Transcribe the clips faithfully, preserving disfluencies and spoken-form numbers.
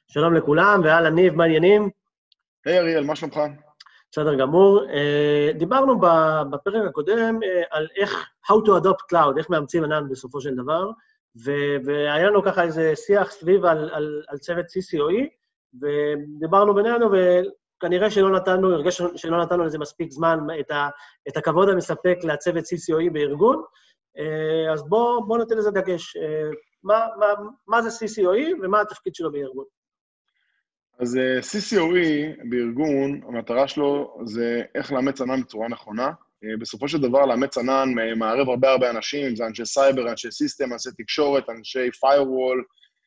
שלום לכולם, ואהלן ניב, מה העניינים? היי אריאל, מה שלומך? בסדר גמור. דיברנו בפרק הקודם על איך, how to adopt cloud, איך מאמצים ענן בסופו של דבר, והיה לנו ככה איזה שיח סביב על, על, על צוות סי סי או אי, ודיברנו בינינו, וכנראה שלא נתנו, הרגש שלא נתנו לזה מספיק זמן, את, ה, את הכבוד המספק לצוות סי סי או אי בארגון, אז בוא, בוא נתן לזה דגש. מה, מה, מה זה סי סי או אי ומה התפקיד שלו בארגון? אז סי סי או אי בארגון, המטרה שלו זה איך לאמץ ענן בצורה נכונה. בסופו של דבר, לאמץ ענן מערב הרבה הרבה אנשים, זה אנשי סייבר, אנשי סיסטם, אנשי תקשורת, אנשי firewall,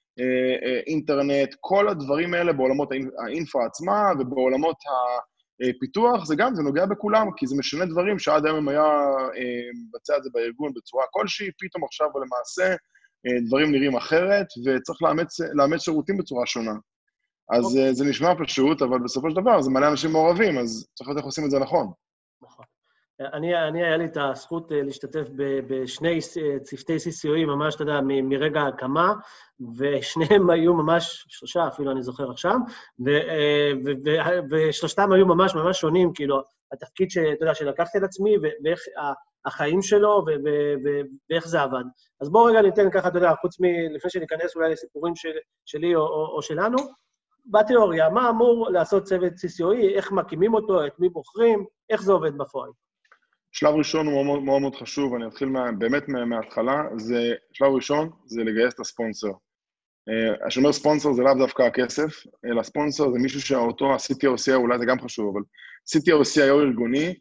אינטרנט, כל הדברים האלה בעולמות האינפרה עצמה ובעולמות הפיתוח, זה גם, זה נוגע בכולם, כי זה משנה דברים שעד היום היה מבצע את זה בארגון בצורה כלשהי, פתאום עכשיו ולמעשה דברים נראים אחרת, וצריך לאמץ, לאמץ שירותים בצורה שונה. אז okay. זה נשמע פשוט, אבל בסופו של דבר זה מלא אנשים מעורבים, אז צריך לדעת איך עושים את זה נכון. נכון. אני, אני היה לי את הזכות להשתתף בשני צוותי סי סי או אי, ממש, אתה יודע, מרגע ההקמה, ושניהם היו ממש, שלושה אפילו אני זוכר עכשיו, ו, ו, ו, ושלושתם היו ממש ממש שונים, כאילו, התפקיד שאתה יודע, שלקחתי על עצמי, ואיך החיים שלו, ו, ו, ו, ואיך זה עבד. אז בואו רגע ניתן ככה, אתה יודע, חוץ מ... לפני שניכנס אולי לסיפורים של, שלי או, או, או שלנו, בתיאוריה, מה אמור לעשות צוות סי סי או אי, איך מקימים אותו, את מי בוחרים, איך זה עובד בפועל? שלב ראשון הוא מאוד מאוד, מאוד חשוב, אני אתחיל מה, באמת מההתחלה, זה, שלב ראשון זה לגייס את הספונסר. Uh, השאומר ספונסר זה לאו דווקא הכסף, אלא ספונסר זה מישהו שאותו ה-סי טי או סי איי, אולי זה גם חשוב, אבל סי טי או סי איי הוא ארגוני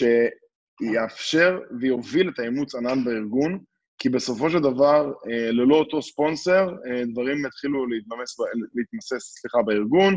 שיאפשר ויוביל את האימוץ ענן בארגון, כי בסופו של דבר, uh, ללא אותו ספונסר, uh, דברים התחילו להתמסס, להתמסס, סליחה, בארגון,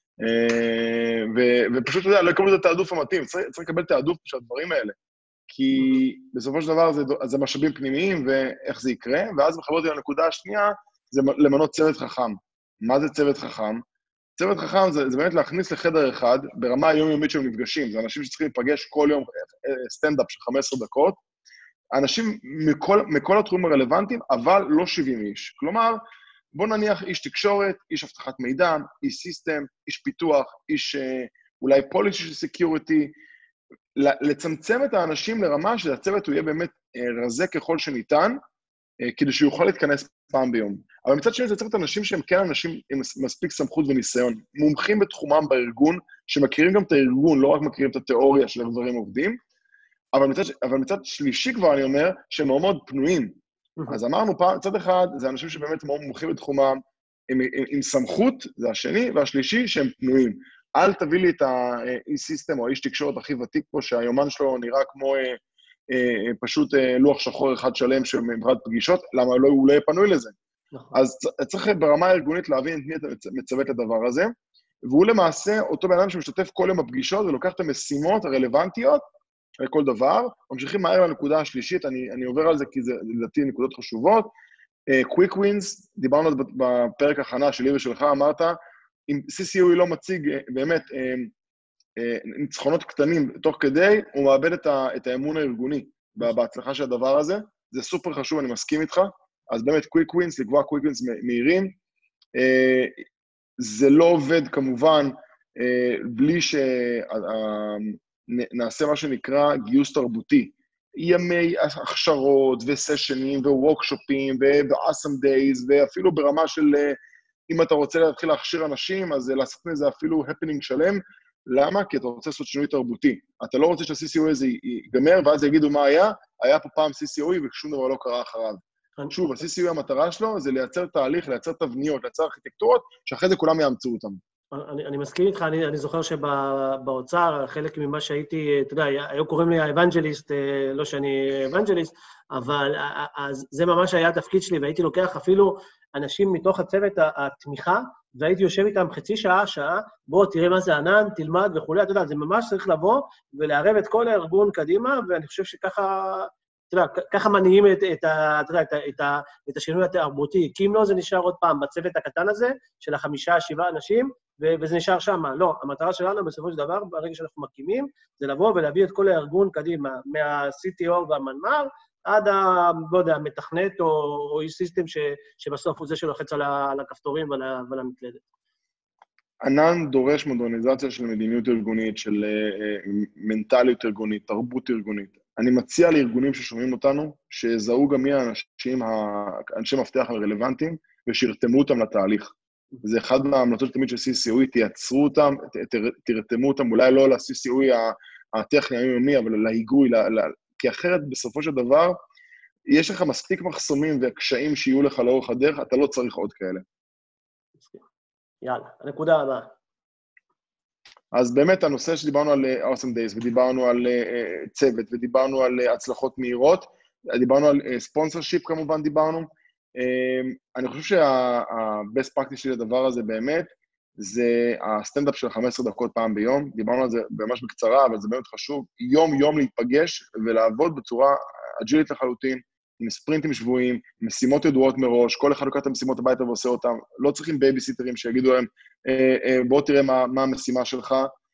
uh, ו, ופשוט, אתה יודע, לא יקבלו את התעדוף המתאים, צריך, צריך לקבל תעדוף של הדברים האלה. כי בסופו של דבר זה, זה משאבים פנימיים ואיך זה יקרה, ואז מחבר אותי לנקודה השנייה, זה למנות צוות חכם. מה זה צוות חכם? צוות חכם זה, זה באמת להכניס לחדר אחד, ברמה היומיומית שהם נפגשים, זה אנשים שצריכים להיפגש כל יום סטנדאפ של חמש עשרה דקות, אנשים מכל, מכל התחומים הרלוונטיים, אבל לא שבעים איש. כלומר, בוא נניח איש תקשורת, איש הבטחת מידע, איש סיסטם, איש פיתוח, איש אולי פוליסי של סקיוריטי, לצמצם את האנשים לרמה שהצוות הוא יהיה באמת רזה ככל שניתן, כדי שהוא יוכל להתכנס פעם ביום. אבל מצד שני זה צריך את אנשים שהם כן אנשים עם מספיק סמכות וניסיון, מומחים בתחומם בארגון, שמכירים גם את הארגון, לא רק מכירים את התיאוריה של הדברים עובדים, אבל מצד, אבל מצד שלישי כבר אני אומר, שהם מאוד מאוד פנויים. אז אמרנו פעם, צד אחד, זה אנשים שבאמת מאוד מומחים בתחומם, עם, עם, עם סמכות, זה השני, והשלישי שהם פנויים. אל תביא לי את האי-סיסטם או האיש תקשורת הכי ותיק פה, שהיומן שלו נראה כמו אה, אה, פשוט אה, לוח שחור אחד שלם שמברד פגישות, למה לא, הוא לא יהיה פנוי לזה. נכון. אז צריך ברמה הארגונית להבין את מי אתה מצוות לדבר הזה, והוא למעשה אותו בן אדם שמשתתף כל יום בפגישות, ולוקח את המשימות הרלוונטיות לכל דבר, ממשיכים מהר לנקודה השלישית, אני, אני עובר על זה כי זה לדעתי נקודות חשובות, Quick Wins, דיברנו בפרק הכנה שלי ושלך, אמרת, אם סי סי או אי לא מציג באמת ניצחונות קטנים תוך כדי, הוא מאבד את האמון הארגוני בהצלחה של הדבר הזה. זה סופר חשוב, אני מסכים איתך. אז באמת Quick Wins, לקבוע Quick Wins מהירים. זה לא עובד כמובן בלי שנעשה מה שנקרא גיוס תרבותי. ימי הכשרות וסשנים ווורקשופים ו-Awesome Days, ואפילו ברמה של... אם אתה רוצה להתחיל להכשיר אנשים, אז לעשות מזה אפילו הפנינג שלם. למה? כי אתה רוצה לעשות שינוי תרבותי. אתה לא רוצה שה-סי סי או אי הזה ייגמר, ואז יגידו מה היה, היה פה פעם סי סי או אי ושום דבר לא קרה אחריו. שוב, ה-סי סי או אי המטרה שלו זה לייצר תהליך, לייצר תבניות, לייצר ארכיטקטורות, שאחרי זה כולם יאמצו אותם. אני, אני מסכים איתך, אני, אני זוכר שבאוצר, חלק ממה שהייתי, אתה יודע, היו קוראים לי האבנג'ליסט, לא שאני אבנג'ליסט, אבל אז זה ממש היה התפקיד שלי, והייתי לוקח אפילו אנשים מתוך הצוות התמיכה, והייתי יושב איתם חצי שעה, שעה, בוא תראה מה זה ענן, תלמד וכולי, אתה יודע, זה ממש צריך לבוא ולערב את כל הארגון קדימה, ואני חושב שככה, אתה יודע, ככה מניעים את, את, את, את, את, את השינוי התרבותי, כי אם לא, זה נשאר עוד פעם בצוות הקטן הזה, של החמישה, שבעה אנשים, וזה נשאר שם. לא, המטרה שלנו בסופו של דבר, ברגע שאנחנו מקימים, זה לבוא ולהביא את כל הארגון קדימה, מה-סי טי או והמנמ"ר, עד ה, לא יודע, המתכנת או, או איש סיסטם ש, שבסוף הוא זה שלוחץ על הכפתורים ועל, ועל המקלדת. ענן דורש מודרניזציה של מדיניות ארגונית, של מנטליות ארגונית, תרבות ארגונית. אני מציע לארגונים ששומעים אותנו, שיזהו גם מי האנשים, האנשי מפתח הרלוונטיים, ושירתמו אותם לתהליך. זה אחד מההמלצות תמיד של סי סי או אי, תייצרו אותם, תרתמו אותם, אולי לא ל-סי סי או אי הטכני היומי, אבל להיגוי, כי אחרת בסופו של דבר, יש לך מספיק מחסומים וקשיים שיהיו לך לאורך הדרך, אתה לא צריך עוד כאלה. יאללה, הנקודה הבאה. אז באמת הנושא שדיברנו על Awesome Days, ודיברנו על uh, צוות, ודיברנו על uh, הצלחות מהירות, דיברנו על ספונסרשיפ uh, כמובן דיברנו. Uh, אני חושב שה-best practice של הדבר הזה באמת, זה הסטנדאפ של חמש עשרה דקות פעם ביום, דיברנו על זה ממש בקצרה, אבל זה באמת חשוב, יום-יום להתפגש ולעבוד בצורה אג'ילית לחלוטין, עם ספרינטים שבועים, משימות ידועות מראש, כל אחד לוקח את המשימות הביתה ועושה אותם, לא צריכים בייביסיטרים שיגידו להם, בוא תראה מה, מה המשימה שלך,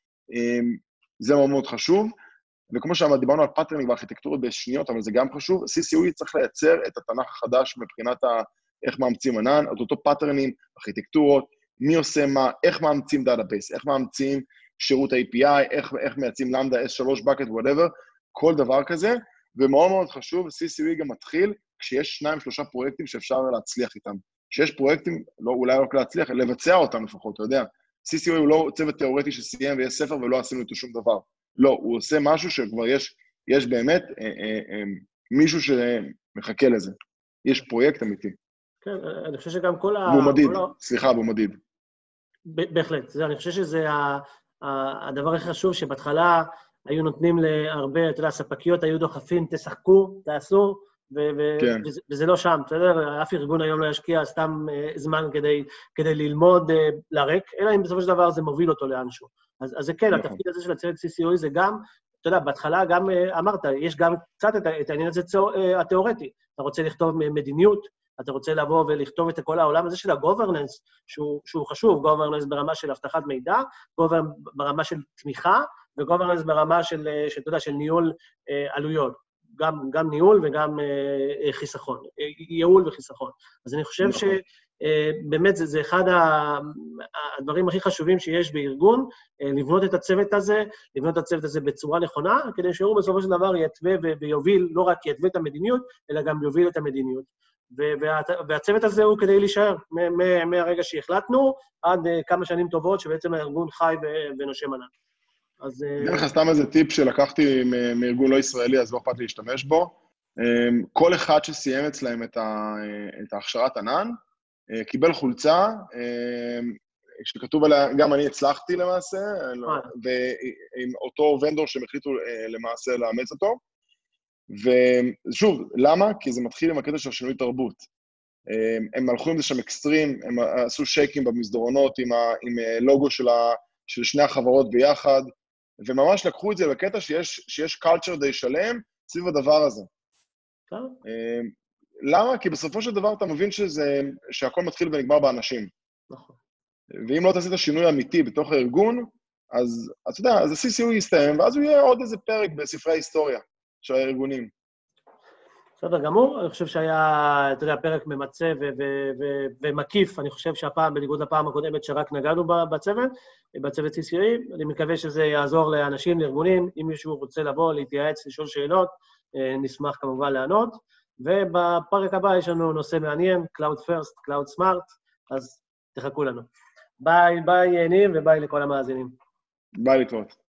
זה מאוד מאוד חשוב, וכמו שאמרנו, דיברנו על פאטרנינג וארכיטקטורות בשניות, אבל זה גם חשוב, סי סי או אי צריך לייצר את התנ"ך החדש מבחינת ה, איך מאמצים ענן, את אותו פאטרנים, ארכיטקטורות, מי עושה מה, איך מאמצים דאטאבייס, איך מאמצים שירות ה-איי פי איי, איך, איך מייצים למדה, אס שלוש, bucket, whatever, כל דבר כזה, ומאוד מאוד חשוב, סי סי או אי גם מתחיל כשיש שניים, שלושה פרויקטים שאפשר להצליח איתם. כשיש פרויקטים, לא, אולי לא להצליח, לבצע אותם לפחות, אתה יודע. סי סי או אי הוא לא צוות תיאורטי שסיים ויש ספר ולא עשינו איתו שום דבר. לא, הוא עושה משהו שכבר יש, יש באמת אה, אה, אה, מישהו שמחכה לזה. יש פרויקט אמיתי. כן, אני חושב שגם כל ה... והוא מדיד, כל ה... סליחה, והוא מדיד. בהחלט, זה, אני חושב שזה ה... הדבר הכי חשוב, שבהתחלה היו נותנים להרבה, אתה יודע, ספקיות היו דוחפים, תשחקו, תעשו, ו- ו- כן. וזה, וזה לא שם, אתה יודע, אף ארגון היום לא ישקיע סתם uh, זמן כדי, כדי ללמוד uh, לרק, אלא אם בסופו של דבר זה מוביל אותו לאנשהו. אז, אז זה כן, נכון. התפקיד הזה של הצוות סי סי או אי זה גם, אתה יודע, בהתחלה גם uh, אמרת, יש גם קצת את, את העניין הזה uh, התיאורטי. אתה רוצה לכתוב מדיניות, אתה רוצה לבוא ולכתוב את כל העולם הזה של ה-governance, שהוא, שהוא חשוב, governance ברמה של הבטחת מידע, governance ברמה של תמיכה, ו-governance ברמה של, של, אתה יודע, של ניהול uh, עלויות. גם, גם ניהול וגם אה, חיסכון, ייעול וחיסכון. אז אני חושב שבאמת זה, זה אחד הדברים הכי חשובים שיש בארגון, לבנות את הצוות הזה, לבנות את הצוות הזה בצורה נכונה, כדי שהוא בסופו של דבר יתווה ויוביל, לא רק יתווה את המדיניות, אלא גם יוביל את המדיניות. והצוות הזה הוא כדי להישאר, מהרגע שהחלטנו, עד כמה שנים טובות, שבעצם הארגון חי ונושם ענן. אז... אני לך סתם איזה טיפ שלקחתי מארגון לא ישראלי, אז לא אכפת לי להשתמש בו. כל אחד שסיים אצלהם את ההכשרת ענן, קיבל חולצה, שכתוב עליה, גם אני הצלחתי למעשה, ועם אותו ונדור שהם החליטו למעשה לאמץ אותו. ושוב, למה? כי זה מתחיל עם הקטע של שינוי תרבות. הם הלכו עם זה שם אקסטרים, הם עשו שייקים במסדרונות עם לוגו של שני החברות ביחד, וממש לקחו את זה בקטע שיש, שיש culture די שלם סביב הדבר הזה. טוב. למה? כי בסופו של דבר אתה מבין שזה, שהכל מתחיל ונגמר באנשים. נכון. ואם לא תעשית שינוי אמיתי בתוך הארגון, אז אתה יודע, אז ה-סי סי או יסתיים, ואז הוא יהיה עוד איזה פרק בספרי ההיסטוריה של הארגונים. בסדר גמור, אני חושב שהיה, אתה יודע, פרק ממצה ומקיף, אני חושב שהפעם, בניגוד לפעם הקודמת שרק נגענו בצוות, בצוות סי סי או אי, אני מקווה שזה יעזור לאנשים, לארגונים, אם מישהו רוצה לבוא, להתייעץ, לשאול שאלות, נשמח כמובן לענות, ובפרק הבא יש לנו נושא מעניין, Cloud First, Cloud Smart, אז תחכו לנו. ביי, ביי, נים, וביי לכל המאזינים. ביי, להתראות.